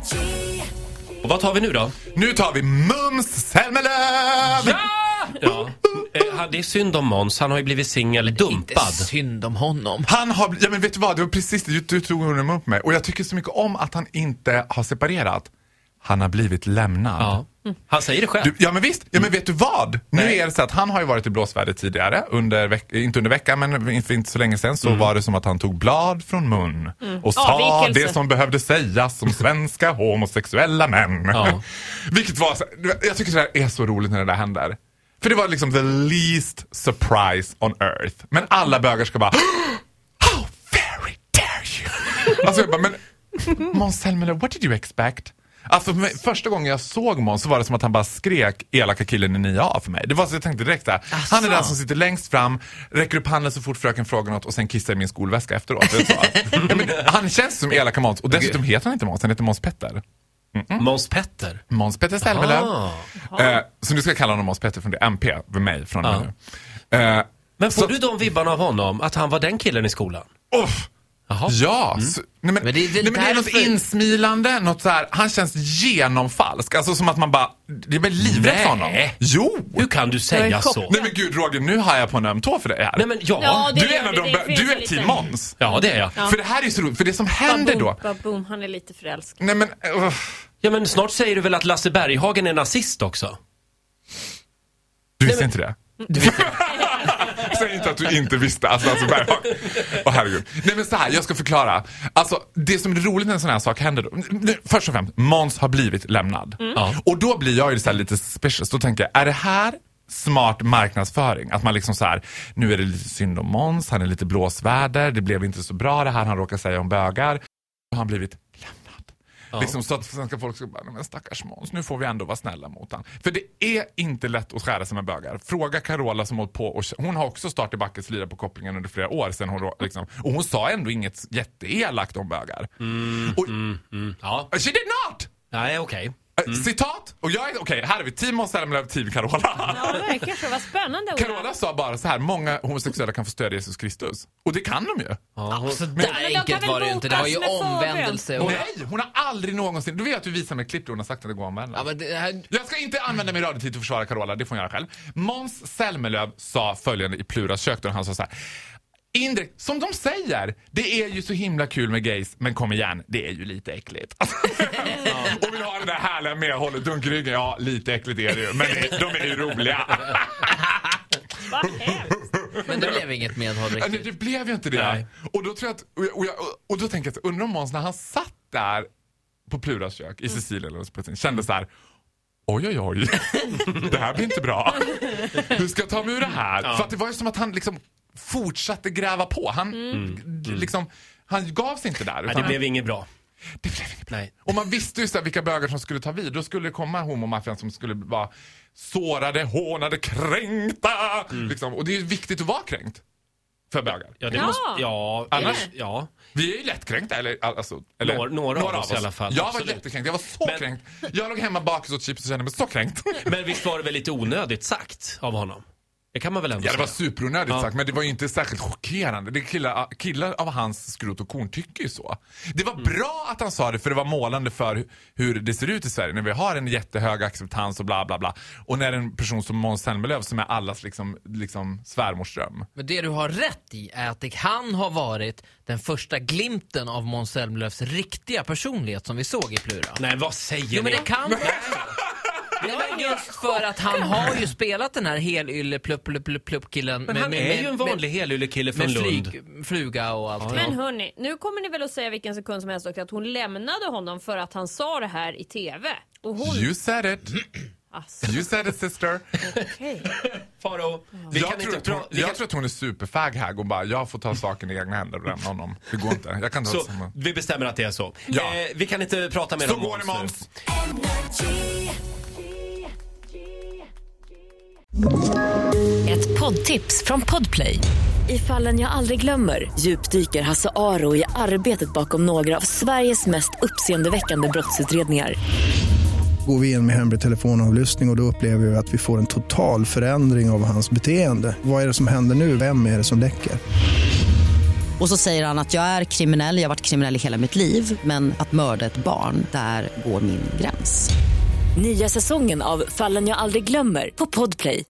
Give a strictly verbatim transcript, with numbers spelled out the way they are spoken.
Och vad tar vi nu då? Nu tar vi Måns Zelmerlöw! Ja! Ja. Eh, det är synd om Måns. Han har ju blivit singel, dumpad. Inte synd om honom. Han har, ja men vet du vad, det var precis det du tog honom upp med. Och jag tycker så mycket om att han inte har separerat. Han har blivit lämnad. Ja. Mm. Han säger det själv. Du, ja men visst, ja men vet du vad? Nej. Nu är det så att han har ju varit i blåsväder tidigare, under veck- inte under veckan men för inte så länge sedan så mm. var det som att han tog blad från mun mm. och sa Avvikelse. det som behövde sägas som svenska homosexuella män. Ja. Vilket var, jag tycker det här är så roligt när det där händer. För det var liksom the least surprise on earth. Men alla bögar ska bara how very dare you? Alltså jag bara, men Måns Zelmerlöw, what did you expect? Alltså för mig, första gången jag såg Måns så var det som att han bara skrek elaka killen i nio A för mig. Det var så jag tänkte direkt där. Han är den som sitter längst fram, räcker upp handen så fort fröken frågar något och sen kissar i min skolväska efteråt. Så, ja, men, han känns som elaka Måns och dessutom heter han inte Måns, han heter Måns Petter. Mm-mm. Måns Petter? Måns Petter Zelmerlöw. Eh, så nu ska jag kalla honom Måns Petter från det M P för mig från ja. nu. Eh, men får så, du de vibbarna av honom att han var den killen i skolan? Uff. Jaha. Ja, mm. så, nej, men, men det, det, nej, men det är något för... insmilande, något så här, han känns genomfalsk, alltså som att man bara, det är väl livrätt för honom. Jo! Hur kan du säga så? Nej men gud Roger, nu har jag på en öm tå för det här. Nej men ja, ja du är en av de, du är Team Måns. Ja, det är jag. Ja. För det här är ju så roligt, för det som händer boom, då. Boom, han är lite förälskad. Nej men, uh. ja men snart säger du väl att Lasse Berghagen är nazist också? Du visste nej, men... inte det? Du visste Säg inte att du inte visste. Alltså, alltså Berghagen. Åh herregud. Nej men så här, jag ska förklara. Alltså, det som är roligt när en sån här sak händer då. Först och främst, Måns har blivit lämnad. Mm. Ja. Och då blir jag ju så här lite suspicious. Då tänker jag, är det här smart marknadsföring? Att man liksom så här, nu är det lite synd om Måns. Han är lite blåsväder. Det blev inte så bra det här han råkar säga om bögar. Och han har blivit lämnad. Ja. Liksom så att svenska folk ska bara, men stackars Måns, nu får vi ändå vara snälla mot han. För det är inte lätt att skära sig med bögar. Fråga Carola som hållit på, och hon har också startat backets lira på kopplingen under flera år sedan hon liksom, och hon sa ändå inget jätteelakt om bögar. Mm, och, mm, mm, ja. She did not! Nej, okej. Okay. Mm. Citat, och jag är okej, okay, här är vi team Måns Zelmerlöw, team Carola. Ja, verkligen, så vad spännande. Carola sa bara så här, många homosexuella kan få stödja Jesus Kristus. Och det kan de ju. Ja, hon, så där men, enkelt var det inte, det var ju omvändelse. Och... Nej, hon har aldrig någonsin, du vet att du visar mig klipp där hon har sagt att det går omvändelse. Ja, men det här... Jag ska inte använda min radiotid till att försvara Carola, det får jag göra själv. Måns Zelmerlöw sa följande i Pluras kök då han sa så här: indirekt, som de säger, det är ju så himla kul med gays, men kom igen, det är ju lite äckligt. Och vill ha det där härliga medhållet, dunkryggen, ja, lite äckligt är det ju, men det, de är ju roliga. Men det blev inget medhåll riktigt. Nej, det blev ju inte det. Nej. Och då tror jag att, och, och, jag, och då tänker jag, undrar om Måns när han satt där på Pluras kök i Sicilien eller kände så här: oj oj oj, det här blir inte bra. Hur ska jag ta mig ur det här? Ja. För att det var ju som att han liksom fortsatte gräva på. Han mm. liksom, han gav sig inte där. Nej, det blev inget bra. Det blev inget bra. Nej. Och man visste ju så här, vilka bögar som skulle ta vid. Då skulle det komma homomaffian som skulle vara sårade, hånade, kränkta. Mm. Liksom. Och det är viktigt att vara kränkt för bögar. Ja, det ja. Måste, ja, annars, ja. Vi är ju lättkränkta, eller, alltså, eller några, några, några av oss i alla fall. Jag absolut. var jättekränkt, jag var så men, kränkt. Jag låg hemma bakis åt chips och kände mig så kränkt. Men visst var det väl lite onödigt sagt av honom? Det kan man väl ändå Ja, säga. det var superonödigt ja. sagt, men det var ju inte särskilt chockerande. Det killar, killar av hans skrot och korn tycker ju så. Det var mm. bra att han sa det, för det var målande för hur det ser ut i Sverige. När vi har en jättehög acceptans och bla bla bla. Och när en person som Måns Zelmerlöw, som är allas liksom, liksom svärmorsdröm. Men det du har rätt i är att det kan ha varit den första glimten av Måns Zelmerlöws riktiga personlighet som vi såg i Plura. Nej, vad säger jo, ni? men det kan vara. Nej, men just för att han har ju spelat den här helylle plupp plupp plupp plupp killen. Men han med, är med, ju en vanlig helylle kille från med flyg, Lund. Fluga och allt. Men hörni, nu kommer ni väl att säga vilken sekund som helst att hon lämnade honom för att han sa det här i tv. Och hon... You said it. Alltså. You said it, sister. Okej. Faro, vi jag, kan tror, inte hon, vi jag kan... tror att hon är superfag här och bara, jag får ta saken i egna händer och lämna honom. Det går inte. Jag kan så, samma. vi bestämmer att det är så. Ja. Eh, vi kan inte prata mer så om går det, Måns. Ett poddtips från Podplay. I Fallen jag aldrig glömmer djupdyker Hasse Aro i arbetet bakom några av Sveriges mest uppseendeväckande brottsutredningar. Går vi in med hemlig telefonavlyssning och, och då upplever vi att vi får en total förändring av hans beteende. Vad är det som händer nu? Vem är det som läcker? Och så säger han att jag är kriminell, jag har varit kriminell i hela mitt liv. Men att mörda ett barn, där går min gräns. Nya säsongen av Fallen jag aldrig glömmer på Podplay.